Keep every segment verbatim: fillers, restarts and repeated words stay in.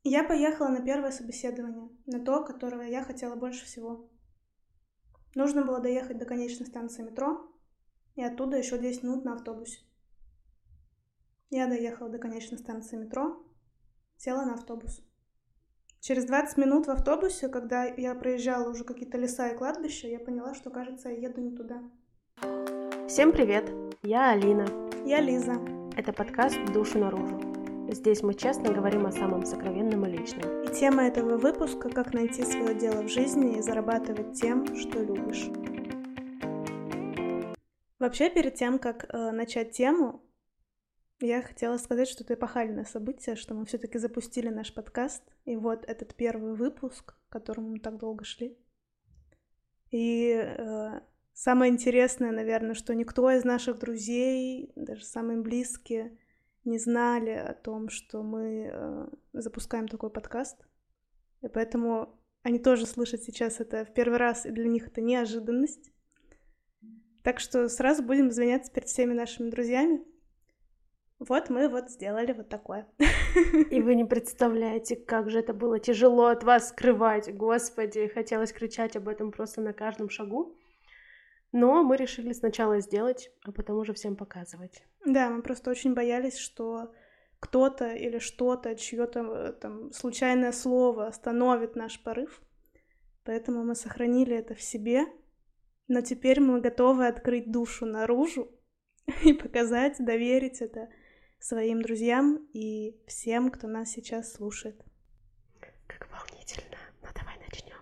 Я поехала на первое собеседование, на то, которое я хотела больше всего. Нужно было доехать до конечной станции метро, и оттуда еще десять минут на автобусе. Я доехала до конечной станции метро, села на автобус. Через двадцать минут в автобусе, когда я проезжала уже какие-то леса и кладбища, я поняла, что, кажется, я еду не туда. Всем привет! Я Алина. Я Лиза. Это подкаст «Душу наружу». Здесь мы честно говорим о самом сокровенном и личном. И тема этого выпуска — как найти свое дело в жизни и зарабатывать тем, что любишь. Вообще, перед тем, как э, начать тему, я хотела сказать, что это эпохальное событие, что мы все-таки запустили наш подкаст. И вот этот первый выпуск, к которому мы так долго шли. И э, самое интересное, наверное, что никто из наших друзей, даже самые близкие, не знали о том, что мы э, запускаем такой подкаст. И поэтому они тоже слышат сейчас это в первый раз, и для них это неожиданность. Так что сразу будем извиняться перед всеми нашими друзьями. Вот мы вот сделали вот такое. И вы не представляете, как же это было тяжело от вас скрывать. Господи, хотелось кричать об этом просто на каждом шагу. Но мы решили сначала сделать, а потом уже всем показывать. Да, мы просто очень боялись, что кто-то или что-то, чье-то там случайное слово остановит наш порыв. Поэтому мы сохранили это в себе. Но теперь мы готовы открыть душу наружу и показать, доверить это своим друзьям и всем, кто нас сейчас слушает. Как волнительно. Ну давай начнем.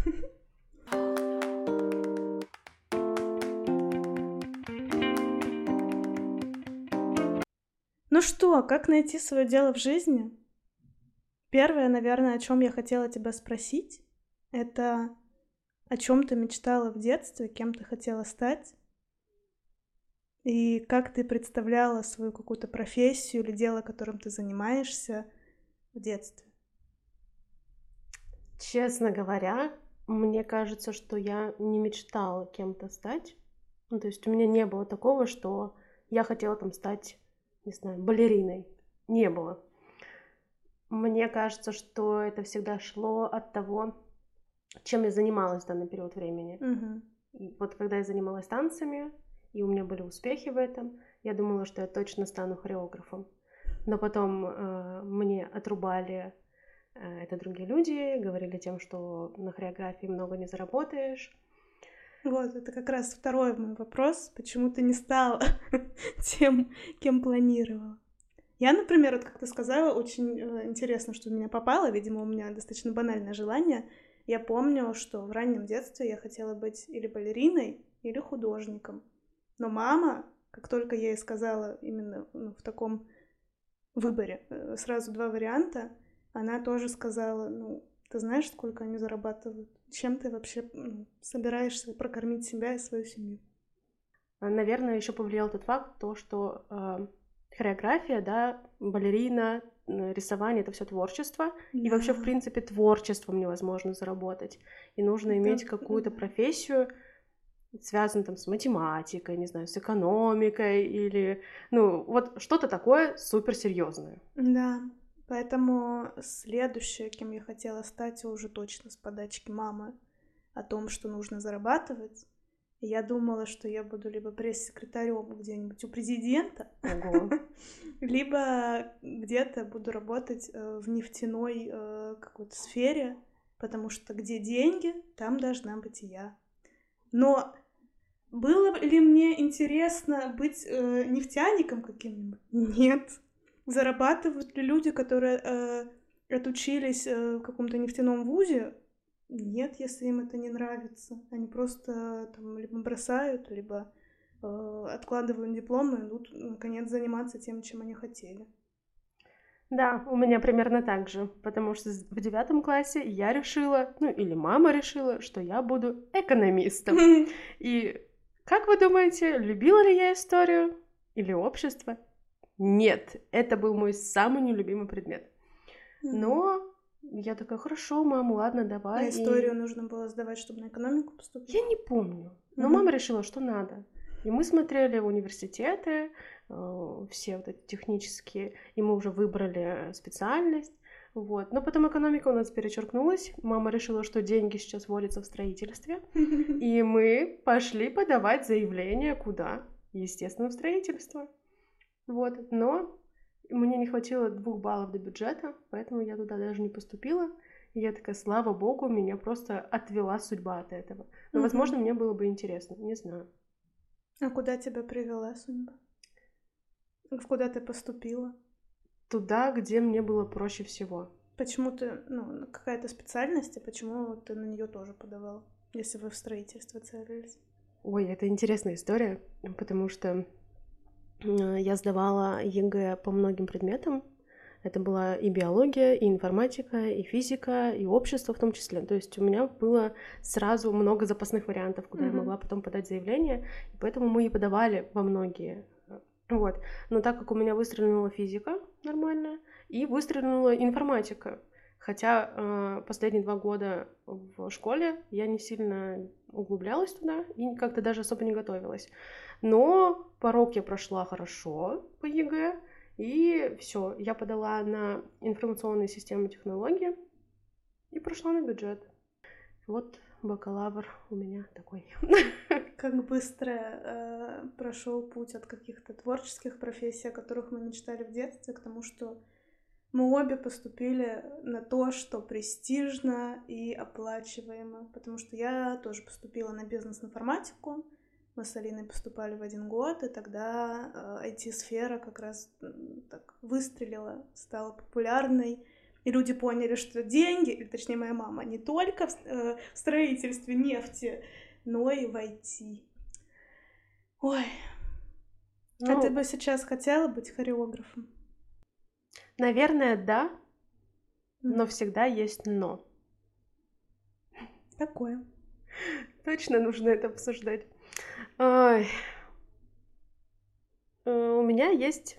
Ну что, как найти свое дело в жизни? Первое, наверное, о чем я хотела тебя спросить, это о чем ты мечтала в детстве, кем ты хотела стать, и как ты представляла свою какую-то профессию или дело, которым ты занимаешься в детстве. Честно говоря, мне кажется, что я не мечтала кем-то стать. Ну, то есть у меня не было такого, что я хотела там стать, не знаю, балериной. Не было. Мне кажется, что это всегда шло от того, чем я занималась в данный период времени. Угу. И вот когда я занималась танцами, и у меня были успехи в этом, я думала, что я точно стану хореографом. Но потом э, мне отрубали э, это другие люди, говорили тем, что на хореографии много не заработаешь. Вот, это как раз второй мой вопрос, почему ты не стала тем, кем планировала. Я, например, вот как ты сказала, очень э, интересно, что в меня попало, видимо, у меня достаточно банальное желание. Я помню, что в раннем детстве я хотела быть или балериной, или художником. Но мама, как только я ей сказала именно ну, в таком выборе, э, сразу два варианта, она тоже сказала, ну, ты знаешь, сколько они зарабатывают? Чем ты вообще ну, собираешься прокормить себя и свою семью? Наверное, еще повлиял тот факт, то, что э, хореография, да, балерина, рисование — это все творчество. Да. И вообще, в принципе, творчеством невозможно заработать. И нужно Это иметь какую-то да. профессию, связанную там с математикой, не знаю, с экономикой или, ну, вот что-то такое суперсерьезное. Да, поэтому следующее, кем я хотела стать, уже точно с подачки мамы о том, что нужно зарабатывать. Я думала, что я буду либо пресс-секретарем где-нибудь у президента, Ого. либо где-то буду работать э, в нефтяной э, какой-то сфере, потому что где деньги, там должна быть и я. Но было ли мне интересно быть э, нефтяником каким-нибудь? Нет. Зарабатывают ли люди, которые э, отучились э, в каком-то нефтяном вузе? Нет, если им это не нравится. Они просто там либо бросают, либо э, откладывают диплом и идут, наконец, заниматься тем, чем они хотели. Да, у меня примерно так же, потому что в девятом классе я решила, ну или мама решила, что я буду экономистом. И как вы думаете, любила ли я историю или общество? Нет, это был мой самый нелюбимый предмет. Но я такая, хорошо, мам, ладно, давай. А историю и... нужно было сдавать, чтобы на экономику поступить? Я не помню, но mm-hmm. мама решила, что надо. И мы смотрели университеты, все вот эти технические, и мы уже выбрали специальность. Вот. Но потом экономика у нас перечеркнулась. Мама решила, что деньги сейчас водятся в строительстве. И мы пошли подавать заявление куда? Естественно, в строительство. Вот. Но мне не хватило двух баллов до бюджета, поэтому я туда даже не поступила. И я такая, слава богу, меня просто отвела судьба от этого. Но, возможно, мне было бы интересно, не знаю. А куда тебя привела судьба? В куда ты поступила? Туда, где мне было проще всего. Почему ты, ну, какая-то специальность, и почему ты на нее тоже подавала, если вы в строительство целились? Ой, это интересная история, потому что я сдавала ЕГЭ по многим предметам. Это была и биология, и информатика, и физика, и общество в том числе. То есть у меня было сразу много запасных вариантов, куда mm-hmm. я могла потом подать заявление, и поэтому мы и подавали во многие. Вот. Но так как у меня выстрелила физика нормальная, и выстрелила информатика. Хотя э, последние два года в школе я не сильно углублялась туда и как-то даже особо не готовилась. Но порог я прошла хорошо по ЕГЭ, и все, я подала на информационные системы технологии и прошла на бюджет. Вот бакалавр у меня такой. Как быстро э, прошел путь от каких-то творческих профессий, о которых мы мечтали в детстве, к тому, что мы обе поступили на то, что престижно и оплачиваемо. Потому что я тоже поступила на бизнес-информатику. Мы с Алиной поступали в один год, и тогда э, ай ти-сфера как раз э, так выстрелила, стала популярной. И люди поняли, что деньги, или точнее моя мама, не только в, э, в строительстве нефти, но и в ай ти. Ой. Ну, а ты бы сейчас хотела быть хореографом? Наверное, да, но mm. всегда есть но. Какое? Точно нужно это обсуждать. Ой. У меня есть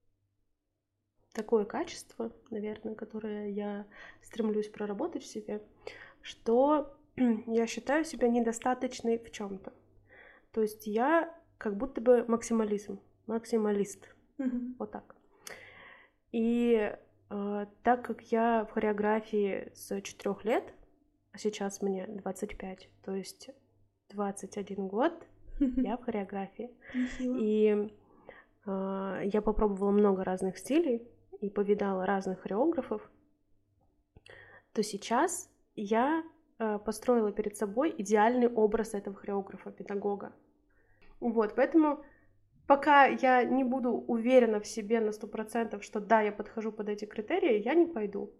такое качество, наверное, которое я стремлюсь проработать в себе, что я считаю себя недостаточной в чем-то. То есть я как будто бы максимализм, максималист. Mm-hmm. Вот так. И э, так как я в хореографии с четырёх лет, а сейчас мне двадцать пять, то есть двадцать один год я в хореографии. И э, я попробовала много разных стилей и повидала разных хореографов, то сейчас я э, построила перед собой идеальный образ этого хореографа, педагога. Вот, поэтому пока я не буду уверена в себе на сто процентов, что да, я подхожу под эти критерии, я не пойду.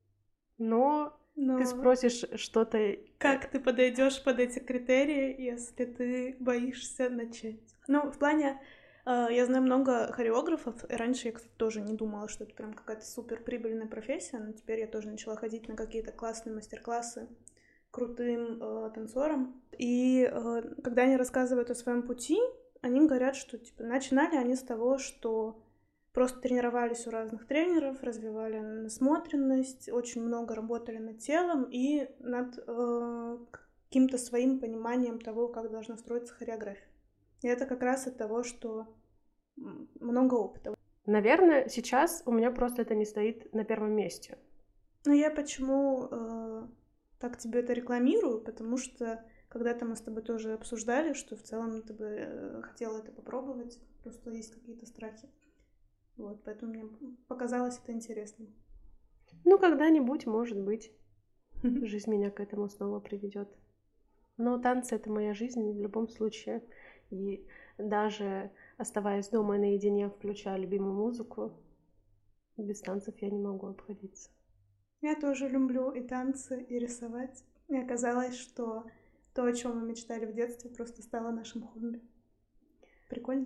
Но, Но... ты спросишь что-то... Как ты подойдешь под эти критерии, если ты боишься начать? Ну, в плане, э, я знаю много хореографов, и раньше я, кстати, тоже не думала, что это прям какая-то супер прибыльная профессия, но теперь я тоже начала ходить на какие-то классные мастер-классы крутым э, танцорам. И э, когда они рассказывают о своем пути, они говорят, что типа начинали они с того, что просто тренировались у разных тренеров, развивали насмотренность, очень много работали над телом и над э, каким-то своим пониманием того, как должна строиться хореография. И это как раз от того, что много опыта. Наверное, сейчас у меня просто это не стоит на первом месте. Но я почему э, так тебе это рекламирую, потому что когда-то мы с тобой тоже обсуждали, что в целом ты бы хотела это попробовать, просто есть какие-то страхи. Вот, поэтому мне показалось это интересным. Ну, когда-нибудь, может быть, жизнь меня к этому снова приведет. Но танцы — это моя жизнь в любом случае. И даже оставаясь дома наедине, включая любимую музыку, без танцев я не могу обходиться. Я тоже люблю и танцы, и рисовать. И оказалось, что то, о чем мы мечтали в детстве, просто стало нашим хобби. Прикольно?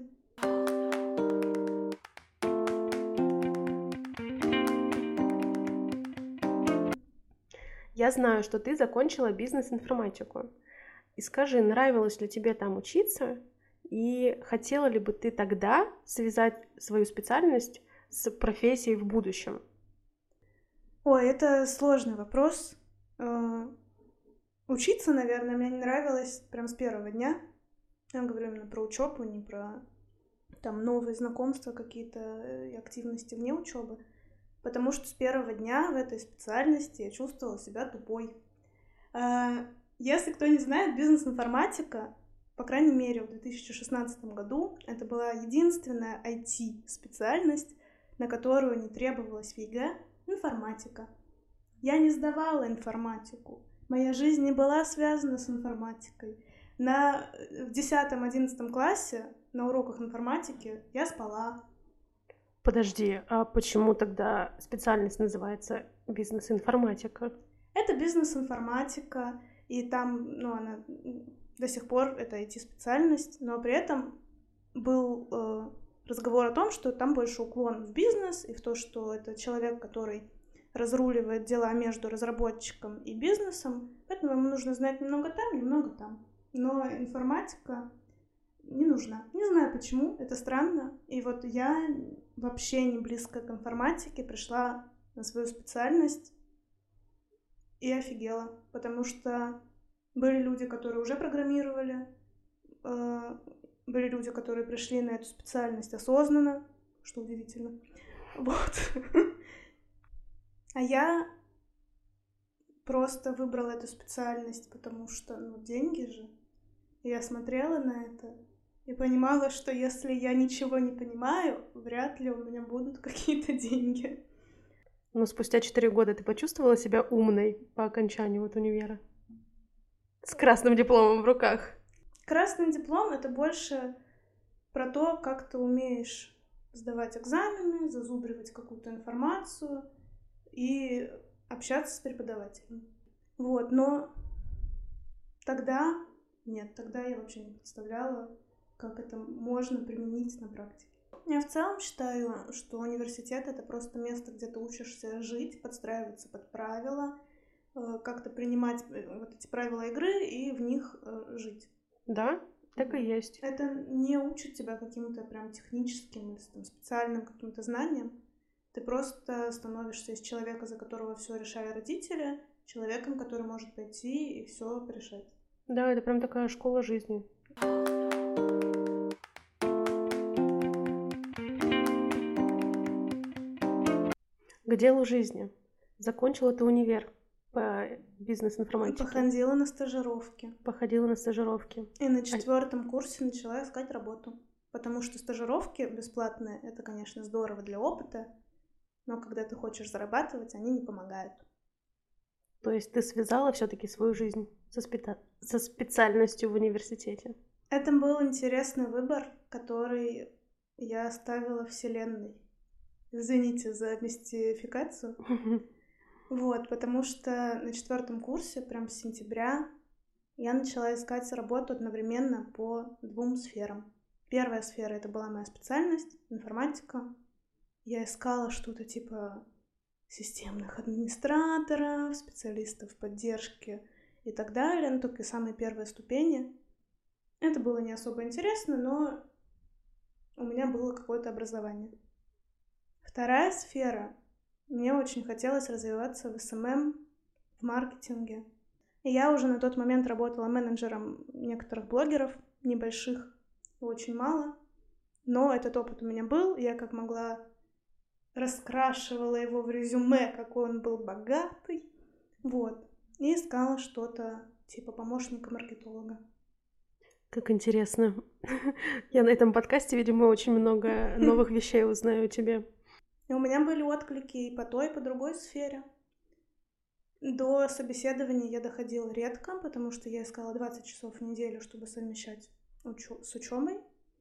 Я знаю, что ты закончила бизнес-информатику. И скажи, нравилось ли тебе там учиться? И хотела ли бы ты тогда связать свою специальность с профессией в будущем? Ой, это сложный вопрос. Учиться, наверное, мне не нравилось прям с первого дня. Я говорю именно про учебу, не про там новые знакомства какие-то и активности вне учебы. потому что с первого дня в этой специальности я чувствовала себя тупой. Если кто не знает, бизнес-информатика, по крайней мере, в две тысячи шестнадцатом году это была единственная ай ти-специальность, на которую не требовалась в ЕГЭ информатика. Я не сдавала информатику. Моя жизнь не была связана с информатикой. На, в десятом-одиннадцатом классе на уроках информатики я спала. Подожди, а почему тогда специальность называется бизнес-информатика? Это бизнес-информатика, и там, ну, она до сих пор это ай ти-специальность, но при этом был э, разговор о том, что там больше уклон в бизнес, и в то, что это человек, который разруливает дела между разработчиком и бизнесом, поэтому ему нужно знать немного там, немного там. Но информатика не нужна. Не знаю почему, это странно. И вот я вообще не близко к информатике пришла на свою специальность и офигела, потому что были люди, которые уже программировали, были люди, которые пришли на эту специальность осознанно, что удивительно. Вот. А я просто выбрала эту специальность, потому что, ну, деньги же. И я смотрела на это и понимала, что если я ничего не понимаю, вряд ли у меня будут какие-то деньги. Но спустя четыре года ты почувствовала себя умной по окончанию вот универа? С красным дипломом в руках. Красный диплом — это больше про то, как ты умеешь сдавать экзамены, зазубривать какую-то информацию и общаться с преподавателем. Вот, но тогда... Нет, тогда я вообще не представляла, как это можно применить на практике. Я в целом считаю, что университет — это просто место, где ты учишься жить, подстраиваться под правила, как-то принимать вот эти правила игры и в них жить. Да, так и есть. Это не учит тебя каким-то прям техническим или там, специальным каким-то знаниям. Ты просто становишься из человека, за которого все решали родители, человеком, который может пойти и все порешать. Да, это прям такая школа жизни. К делу жизни. Закончила ты универ по бизнес-информатике. Походила на стажировки. Походила на стажировки. И на четвертом курсе начала искать работу. Потому что стажировки бесплатные, это, конечно, здорово для опыта, но когда ты хочешь зарабатывать, они не помогают. То есть ты связала все-таки свою жизнь со, спе- со специальностью в университете? Это был интересный выбор, который я оставила Вселенной. Извините за мистификацию. Вот, потому что на четвертом курсе, прям с сентября, я начала искать работу одновременно по двум сферам. Первая сфера — это была моя специальность, информатика. Я искала что-то типа системных администраторов, специалистов поддержки и так далее, ну, только самые первые ступени. Это было не особо интересно, но у меня было какое-то образование. Вторая сфера. Мне очень хотелось развиваться в эс эм эм, в маркетинге. И я уже на тот момент работала менеджером некоторых блогеров, небольших, очень мало. Но этот опыт у меня был, я как могла раскрашивала его в резюме, какой он был богатый. Вот. И искала что-то типа помощника маркетолога. Как интересно. Я на этом подкасте, видимо, очень много новых вещей узнаю о тебе. И у меня были отклики и по той, и по другой сфере. До собеседования я доходила редко, потому что я искала двадцать часов в неделю, чтобы совмещать учу- с учебой.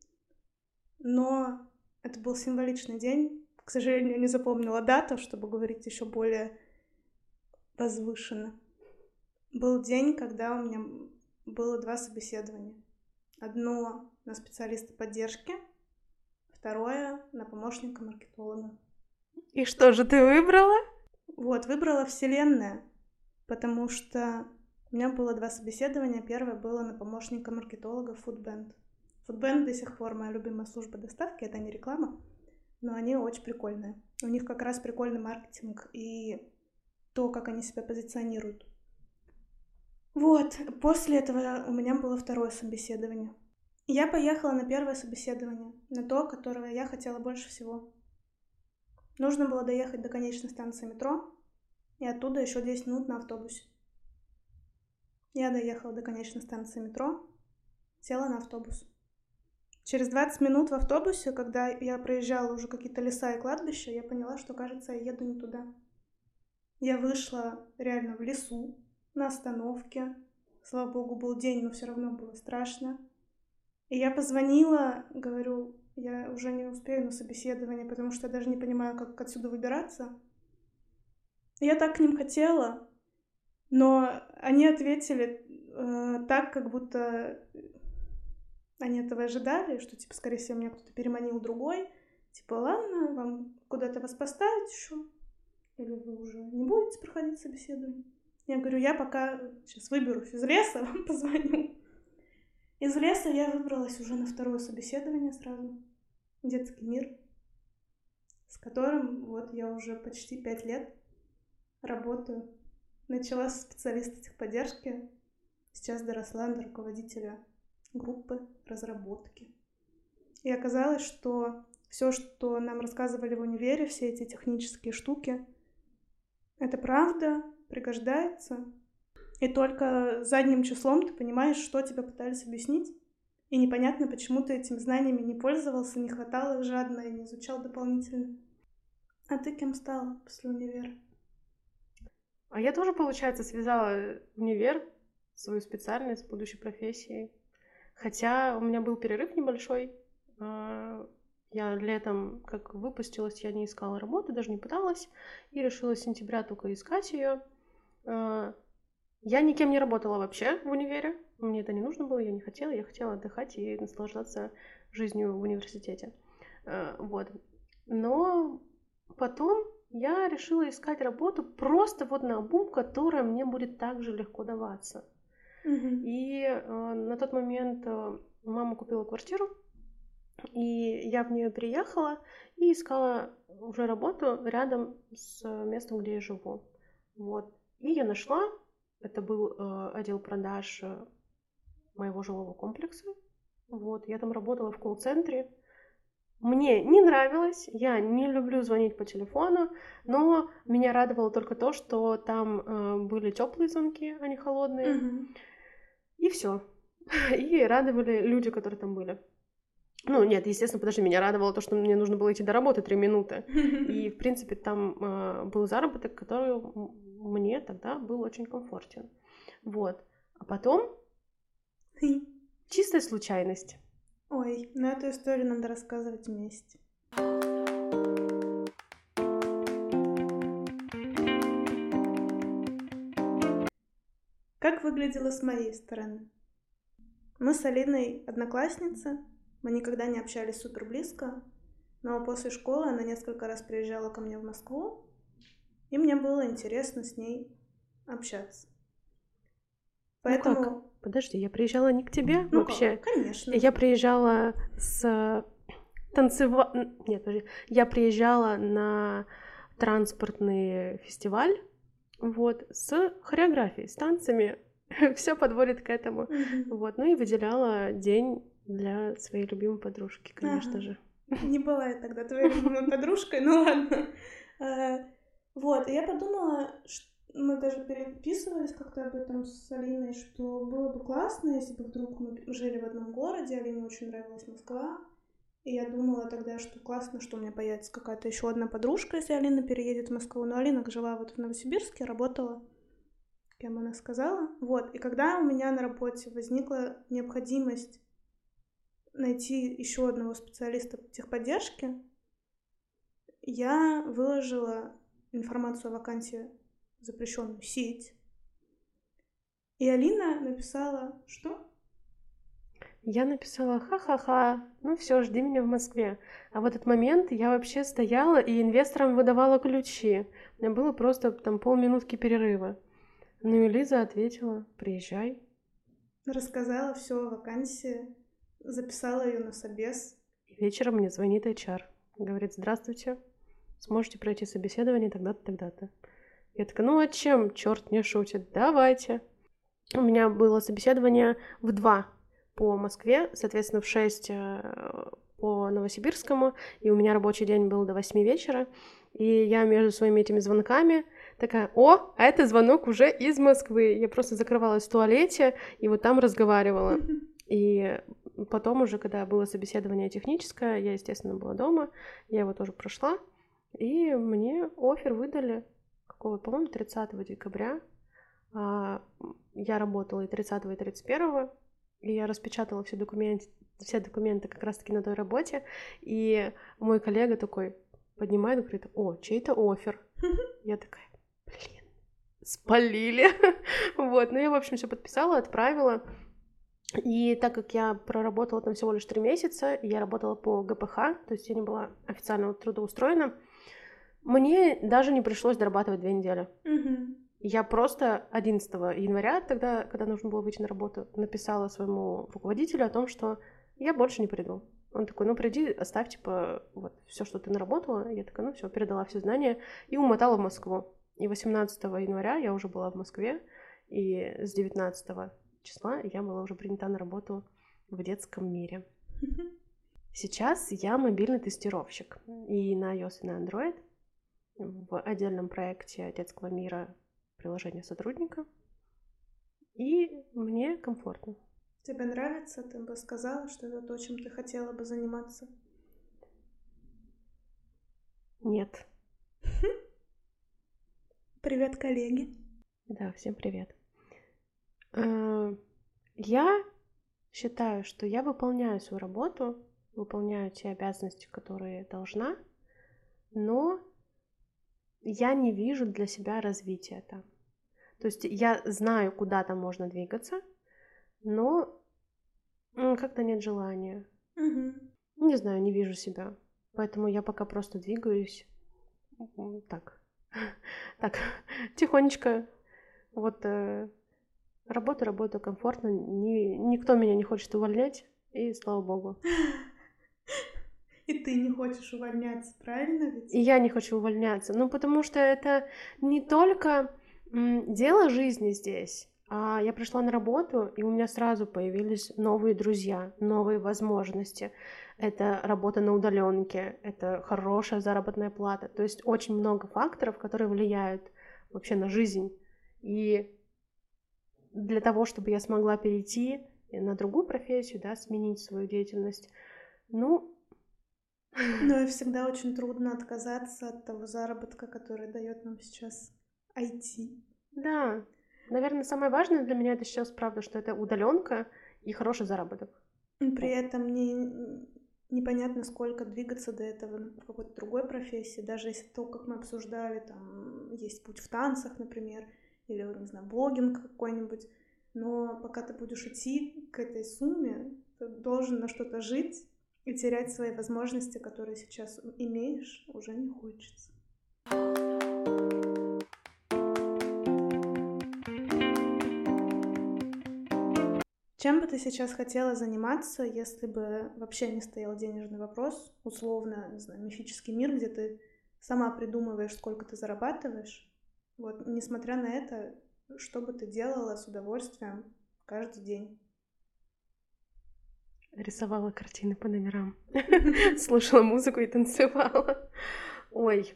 Но это был символичный день. К сожалению, я не запомнила дату, чтобы говорить еще более возвышенно. Был день, когда у меня было два собеседования. Одно на специалиста поддержки, второе на помощника маркетолога. И что же ты выбрала? Вот, выбрала Вселенная, потому что у меня было два собеседования. Первое было на помощника маркетолога Foodband. Foodband до сих пор моя любимая служба доставки, это не реклама, но они очень прикольные. У них как раз прикольный маркетинг и то, как они себя позиционируют. Вот, после этого у меня было второе собеседование. Я поехала на первое собеседование, на то, которое я хотела больше всего. Нужно было доехать до конечной станции метро, и оттуда еще десять минут на автобусе. Я доехала до конечной станции метро, села на автобус. Через двадцать минут в автобусе, когда я проезжала уже какие-то леса и кладбища, я поняла, что, кажется, я еду не туда. Я вышла реально в лесу, на остановке. Слава богу, был день, но все равно было страшно. И я позвонила, говорю, я уже не успею на собеседование, потому что я даже не понимаю, как отсюда выбираться. И я так к ним хотела, но они ответили э, так, как будто они этого ожидали, что, типа, скорее всего, меня кто-то переманил другой. Типа, ладно, вам куда-то вас поставить еще? Или вы уже не будете проходить собеседование? Я говорю, я пока сейчас выберусь из леса, вам позвоню. Из леса я выбралась уже на второе собеседование сразу. Детский мир, с которым вот я уже почти пять лет работаю. Начала с специалиста техподдержки, сейчас доросла до руководителя группы разработки. И оказалось, что все, что нам рассказывали в универе, все эти технические штуки, это правда, пригождается. И только задним числом ты понимаешь, что тебе пытались объяснить. И непонятно, почему ты этими знаниями не пользовался, не хватал их жадно и не изучал дополнительно. А ты кем стала после универа? А я тоже, получается, связала универ, свою специальность с будущей профессией. Хотя у меня был перерыв небольшой. Я летом, как выпустилась, я не искала работу, даже не пыталась. И решила с сентября только искать ее. Я никем не работала вообще в универе. Мне это не нужно было, я не хотела. Я хотела отдыхать и наслаждаться жизнью в университете. Вот. Но потом я решила искать работу просто вот наобум, которая мне будет также легко даваться. Mm-hmm. И э, на тот момент э, мама купила квартиру, и я в нее переехала и искала уже работу рядом с местом, где я живу. Вот. И я нашла, это был э, отдел продаж э, моего жилого комплекса. Вот. Я там работала в колл-центре. Мне не нравилось, я не люблю звонить по телефону, но меня радовало только то, что там э, были теплые звонки, а не холодные. Mm-hmm. И все. И радовали люди, которые там были. Ну, нет, естественно, подожди, меня радовало то, что мне нужно было идти до работы три минуты. И, в принципе, там э, был заработок, который мне тогда был очень комфортен. Вот. А потом чистая случайность. Ой, ну эту историю надо рассказывать вместе. Как выглядело с моей стороны? Мы с Алиной одноклассницы, мы никогда не общались супер близко, но после школы она несколько раз приезжала ко мне в Москву, и мне было интересно с ней общаться. Поэтому... Ну как? Подожди, я приезжала не к тебе ну вообще. Как? Конечно. Я приезжала с танцева... Нет, подожди. Я приезжала на транспортный фестиваль, вот, с хореографией, с танцами. Все подводит к этому. Mm-hmm. Вот, ну и выделяла день для своей любимой подружки, конечно ага. же. Не бывает тогда твоей любимой подружкой, ну ладно. Вот, и я подумала, что мы даже переписывались как-то об этом с Алиной, что было бы классно, если бы вдруг мы жили в одном городе, Алине очень нравилась Москва, и я думала тогда, что классно, что у меня появится какая-то еще одна подружка, если Алина переедет в Москву. Но Алина жила вот в Новосибирске, работала, кем она сказала. Вот, и когда у меня на работе возникла необходимость найти еще одного специалиста по техподдержке, я выложила информацию о вакансии в запрещенную сеть. И Алина написала, что? Я написала, ха-ха-ха, ну все, жди меня в Москве. А в этот момент я вообще стояла и инвесторам выдавала ключи. У меня было просто там полминутки перерыва. Ну и Лиза ответила, приезжай. Рассказала все о вакансии, записала ее на собес. И вечером мне звонит эйч ар. Говорит, здравствуйте, сможете пройти собеседование тогда-то, тогда-то. Я такая, ну а чем? Черт не шутит, давайте. У меня было собеседование в два по Москве, соответственно, в шесть по Новосибирскому, и у меня рабочий день был до восьми вечера, и я между своими этими звонками такая: о, а это звонок уже из Москвы. Я просто закрывалась в туалете и вот там разговаривала. И потом уже, когда было собеседование техническое, я, естественно, была дома, я его тоже прошла, и мне оффер выдали, какого, по-моему, тридцатого декабря. Я работала и тридцатого, и тридцать первого, и я распечатала все документы, все документы как раз-таки на той работе, и мой коллега такой поднимает и говорит: о, чей-то оффер. Я такая: блин, спалили. Вот, ну я, в общем, все подписала, отправила. И так как я проработала там всего лишь три месяца, я работала по гэ пэ ха, то есть я не была официально трудоустроена, мне даже не пришлось дорабатывать две недели. Угу. Я просто одиннадцатого января, тогда, когда нужно было выйти на работу, написала своему руководителю о том, что я больше не приду. Он такой: ну приди, оставь, типа, вот все, что ты наработала. Я такая: ну все, передала все знания и умотала в Москву. И восемнадцатого января я уже была в Москве, и с девятнадцатого числа я была уже принята на работу в детском мире. Сейчас я мобильный тестировщик и на iOS, и на Android в отдельном проекте детского мира приложения сотрудника, и мне комфортно. Тебе нравится? Ты бы сказала, что это то, чем ты хотела бы заниматься? Нет. Привет, коллеги. Да, всем привет. Я считаю, что я выполняю свою работу, выполняю те обязанности, которые должна, но я не вижу для себя развития там. То есть я знаю, куда там можно двигаться, но как-то нет желания. Угу. Не знаю, не вижу себя. Поэтому я пока просто двигаюсь так, так, тихонечко. Вот э, работаю, работаю комфортно. Ни, никто меня не хочет увольнять, и слава богу. И ты не хочешь увольняться, правильно ведь? И я не хочу увольняться. Ну, потому что это не только м, дело жизни здесь. А я пришла на работу, и у меня сразу появились новые друзья, новые возможности. Это работа на удаленке, это хорошая заработная плата. То есть очень много факторов, которые влияют вообще на жизнь. И для того, чтобы я смогла перейти на другую профессию, да, сменить свою деятельность, ну... Но и всегда очень трудно отказаться от того заработка, который дает нам сейчас ай ти. Да, наверное, самое важное для меня это сейчас, правда, что это удаленка и хороший заработок. При этом не, непонятно, сколько двигаться до этого в какой-то другой профессии, даже если то, как мы обсуждали, там есть путь в танцах, например, или, не знаю, блогинг какой-нибудь, но пока ты будешь идти к этой сумме, ты должен на что-то жить, и терять свои возможности, которые сейчас имеешь, уже не хочется. Чем бы ты сейчас хотела заниматься, если бы вообще не стоял денежный вопрос, условно, не знаю, мифический мир, где ты сама придумываешь, сколько ты зарабатываешь? Вот, несмотря на это, что бы ты делала с удовольствием каждый день? Рисовала картины по номерам, слушала музыку и танцевала. Ой.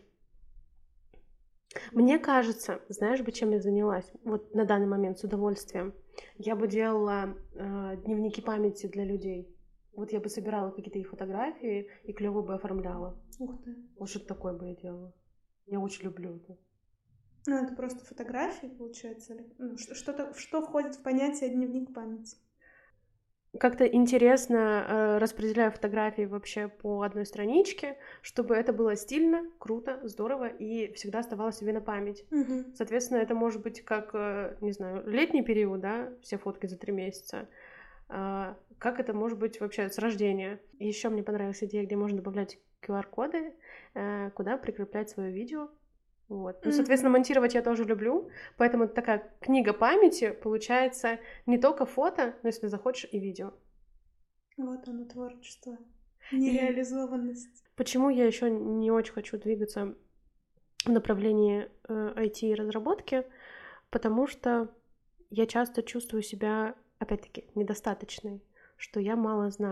Мне кажется, знаешь бы, чем я занялась? Вот на данный момент с удовольствием. Я бы делала э, дневники памяти для людей. Вот я бы собирала какие-то их фотографии и клёво бы оформляла. Ух ты. Вот что-то такое бы я делала. Я очень люблю это. Ну, это просто фотографии, получается? Ну, что-то, что входит в понятие дневник памяти? Как-то интересно э, распределяю фотографии вообще по одной страничке, чтобы это было стильно, круто, здорово и всегда оставалось себе на память. Угу. Соответственно, это может быть как, э, не знаю, летний период, да, все фотки за три месяца. Э, как это может быть вообще с рождения? Еще мне понравилась идея, где можно добавлять ку ар-коды, э, куда прикреплять свое видео. Вот. Ну, соответственно, монтировать я тоже люблю, поэтому это такая книга памяти, получается не только фото, но если захочешь и видео. Вот оно, творчество, нереализованность. И почему я еще не очень хочу двигаться в направлении э, ай ти и разработки? Потому что я часто чувствую себя, опять-таки, недостаточной, что я мало знаю.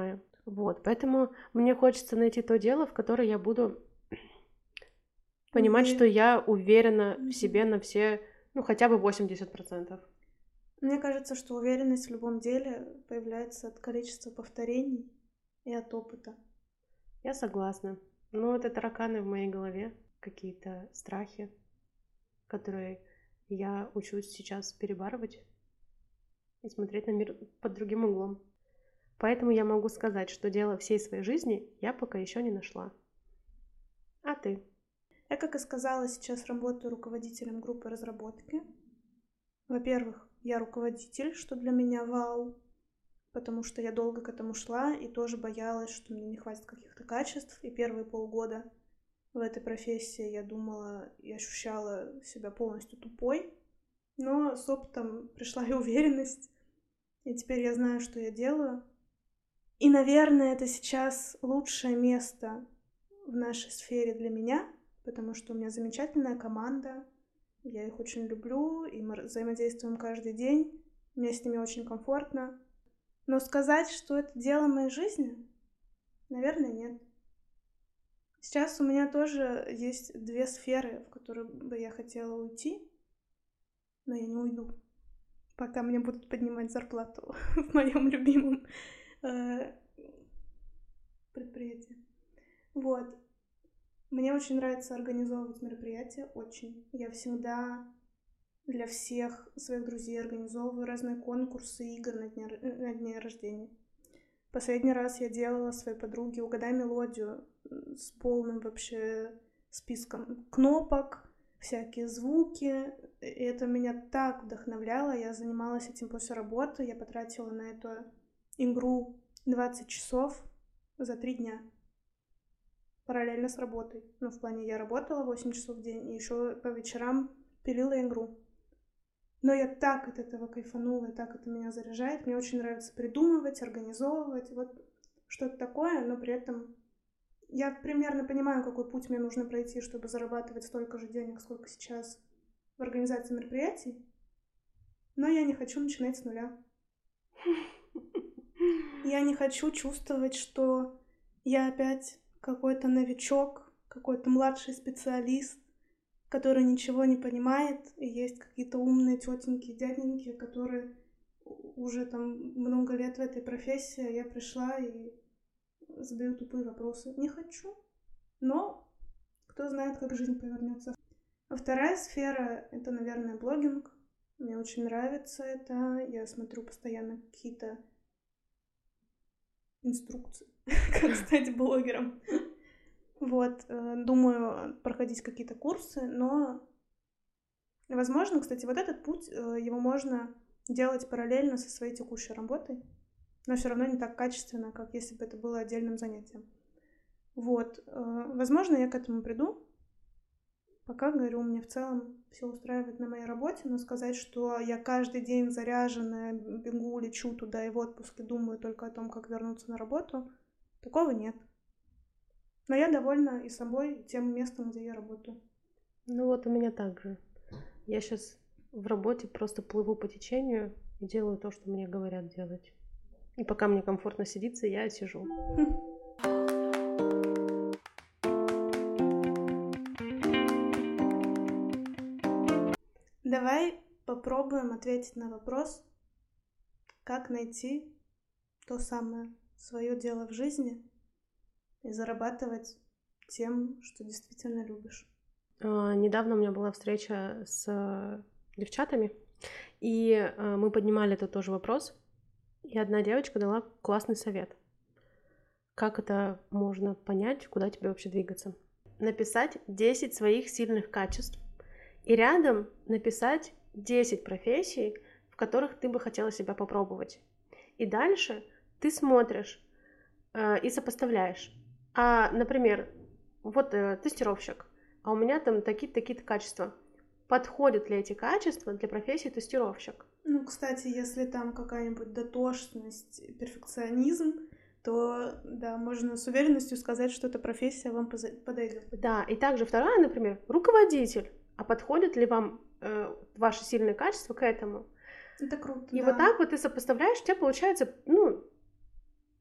Вот, поэтому мне хочется найти то дело, в которое я буду понимать, Уве- что я уверена в Мгм. себе на все, ну, хотя бы восемьдесят процентов. Мне кажется, что уверенность в любом деле появляется от количества повторений и от опыта. Я согласна. Ну, это тараканы в моей голове, какие-то страхи, которые я учусь сейчас перебарывать и смотреть на мир под другим углом. Поэтому я могу сказать, что дело всей своей жизни я пока еще не нашла. А ты? Я, как и сказала, сейчас работаю руководителем группы разработки. Во-первых, я руководитель, что для меня вау, потому что я долго к этому шла и тоже боялась, что мне не хватит каких-то качеств. И первые полгода в этой профессии я думала и ощущала себя полностью тупой. Но с опытом пришла и уверенность. И теперь я знаю, что я делаю. И, наверное, это сейчас лучшее место в нашей сфере для меня, потому что у меня замечательная команда, я их очень люблю, и мы взаимодействуем каждый день, мне с ними очень комфортно. Но сказать, что это дело моей жизни, наверное, нет. Сейчас у меня тоже есть две сферы, в которые бы я хотела уйти, но я не уйду, пока мне будут поднимать зарплату в моем любимом предприятии. Вот. Мне очень нравится организовывать мероприятия, очень. Я всегда для всех своих друзей организовываю разные конкурсы, игры на дне, на дне рождения. Последний раз я делала своей подруге «Угадай мелодию» с полным вообще списком кнопок, всякие звуки. И это меня так вдохновляло. Я занималась этим после работы. Я потратила на эту игру двадцать часов за три дня. Параллельно с работой. Ну, в плане, я работала восемь часов в день, и еще по вечерам пилила игру. Но я так от этого кайфанула, и так это меня заряжает. Мне очень нравится придумывать, организовывать, вот что-то такое, но при этом я примерно понимаю, какой путь мне нужно пройти, чтобы зарабатывать столько же денег, сколько сейчас в организации мероприятий. Но я не хочу начинать с нуля. Я не хочу чувствовать, что я опять какой-то новичок, какой-то младший специалист, который ничего не понимает, и есть какие-то умные тетеньки, дяденьки, которые уже там много лет в этой профессии, а я пришла и задаю тупые вопросы. Не хочу, но кто знает, как жизнь повернется. А вторая сфера — это, наверное, блогинг. Мне очень нравится это. Я смотрю постоянно какие-то инструкции, как стать блогером. Вот, думаю проходить какие-то курсы, но, возможно, кстати, вот этот путь, его можно делать параллельно со своей текущей работой, но все равно не так качественно, как если бы это было отдельным занятием. Вот, возможно, я к этому приду. Пока, говорю, мне в целом все устраивает на моей работе, но сказать, что я каждый день заряженная, бегу, лечу туда и в отпуск и думаю только о том, как вернуться на работу, такого нет. Но я довольна и собой, и тем местом, где я работаю. Ну вот у меня так же. Я сейчас в работе просто плыву по течению и делаю то, что мне говорят делать. И пока мне комфортно сидится, я сижу. Давай попробуем ответить на вопрос, как найти то самое свое дело в жизни и зарабатывать тем, что действительно любишь. А, недавно у меня была встреча с девчатами, и а, мы поднимали этот тоже вопрос, и одна девочка дала классный совет. Как это можно понять, куда тебе вообще двигаться? Написать десять своих сильных качеств и рядом написать десять профессий, в которых ты бы хотела себя попробовать. И дальше ты смотришь э, и сопоставляешь. А, например, вот э, тестировщик, а у меня там такие-то, такие-то качества. Подходят ли эти качества для профессии тестировщик? Ну, кстати, если там какая-нибудь дотошность, перфекционизм, то, да, можно с уверенностью сказать, что эта профессия вам подойдет. Да, и также вторая, например, руководитель. А подходят ли вам э, ваши сильные качества к этому? Это круто, И да. вот так вот ты сопоставляешь, у тебя получается, ну,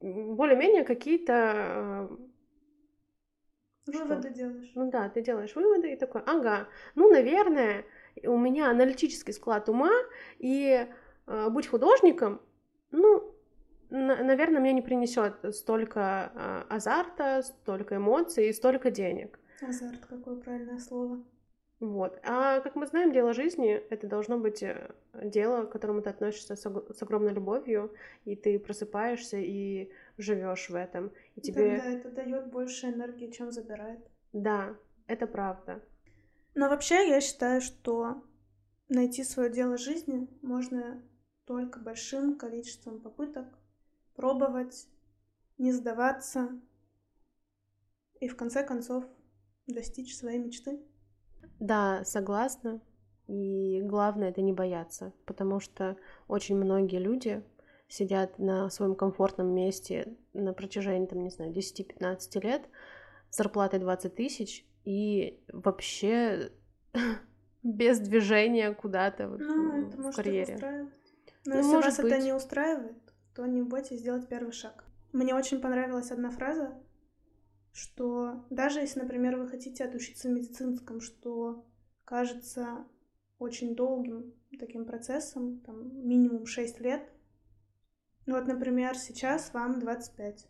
более-менее какие-то... Выводы что? Делаешь. Ну да, ты делаешь выводы и такой, ага, ну, наверное, у меня аналитический склад ума, и э, быть художником, ну, на- наверное, мне не принесет столько э, азарта, столько эмоций и столько денег. Азарт, какое правильное слово. Вот. А как мы знаем, дело жизни — это должно быть дело, к которому ты относишься с, ог- с огромной любовью, и ты просыпаешься и живешь в этом. И тебе... Тогда это дает больше энергии, чем забирает. Да, это правда. Но вообще я считаю, что найти свое дело жизни можно только большим количеством попыток, пробовать, не сдаваться и в конце концов достичь своей мечты. Да, согласна. И главное — это не бояться, потому что очень многие люди сидят на своем комфортном месте на протяжении, там, не знаю, десять-пятнадцать лет с зарплатой двадцать тысяч и вообще без движения куда-то вот Ну, это в может карьере. их устраивать. Но Ну, если может вас это быть. не устраивает, то не бойтесь сделать первый шаг. Мне очень понравилась одна фраза, что даже если, например, вы хотите отучиться в медицинском, что кажется очень долгим таким процессом, там минимум шесть лет. Вот, например, сейчас вам двадцать пять.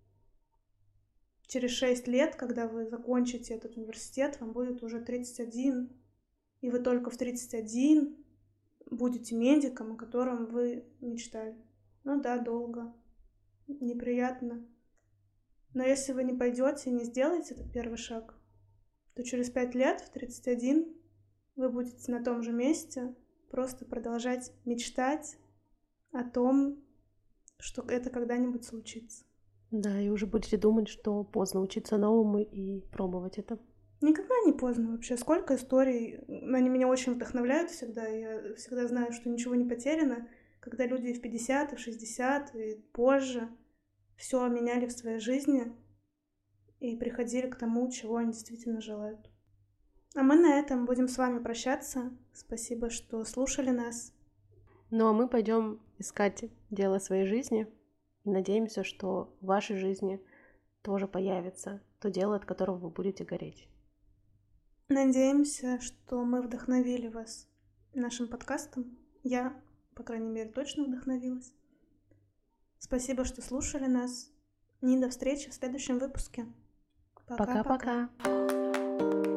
Через шесть лет, когда вы закончите этот университет, вам будет уже тридцать один, и вы только в тридцать один будете медиком, о котором вы мечтали. Ну да, долго, неприятно. Но если вы не пойдете и не сделаете этот первый шаг, то через пять лет, в тридцать один, вы будете на том же месте, просто продолжать мечтать о том, что это когда-нибудь случится. Да, и уже будете думать, что поздно учиться новому и пробовать это. Никогда не поздно вообще. Сколько историй, они меня очень вдохновляют всегда. Я всегда знаю, что ничего не потеряно, когда люди в пятьдесят, и в шестьдесят, и позже все меняли в своей жизни и приходили к тому, чего они действительно желают. А мы на этом будем с вами прощаться. Спасибо, что слушали нас. Ну а мы пойдем искать дело своей жизни и надеемся, что в вашей жизни тоже появится то дело, от которого вы будете гореть. Надеемся, что мы вдохновили вас нашим подкастом. Я, по крайней мере, точно вдохновилась. Спасибо, что слушали нас. И до встречи в следующем выпуске. Пока-пока.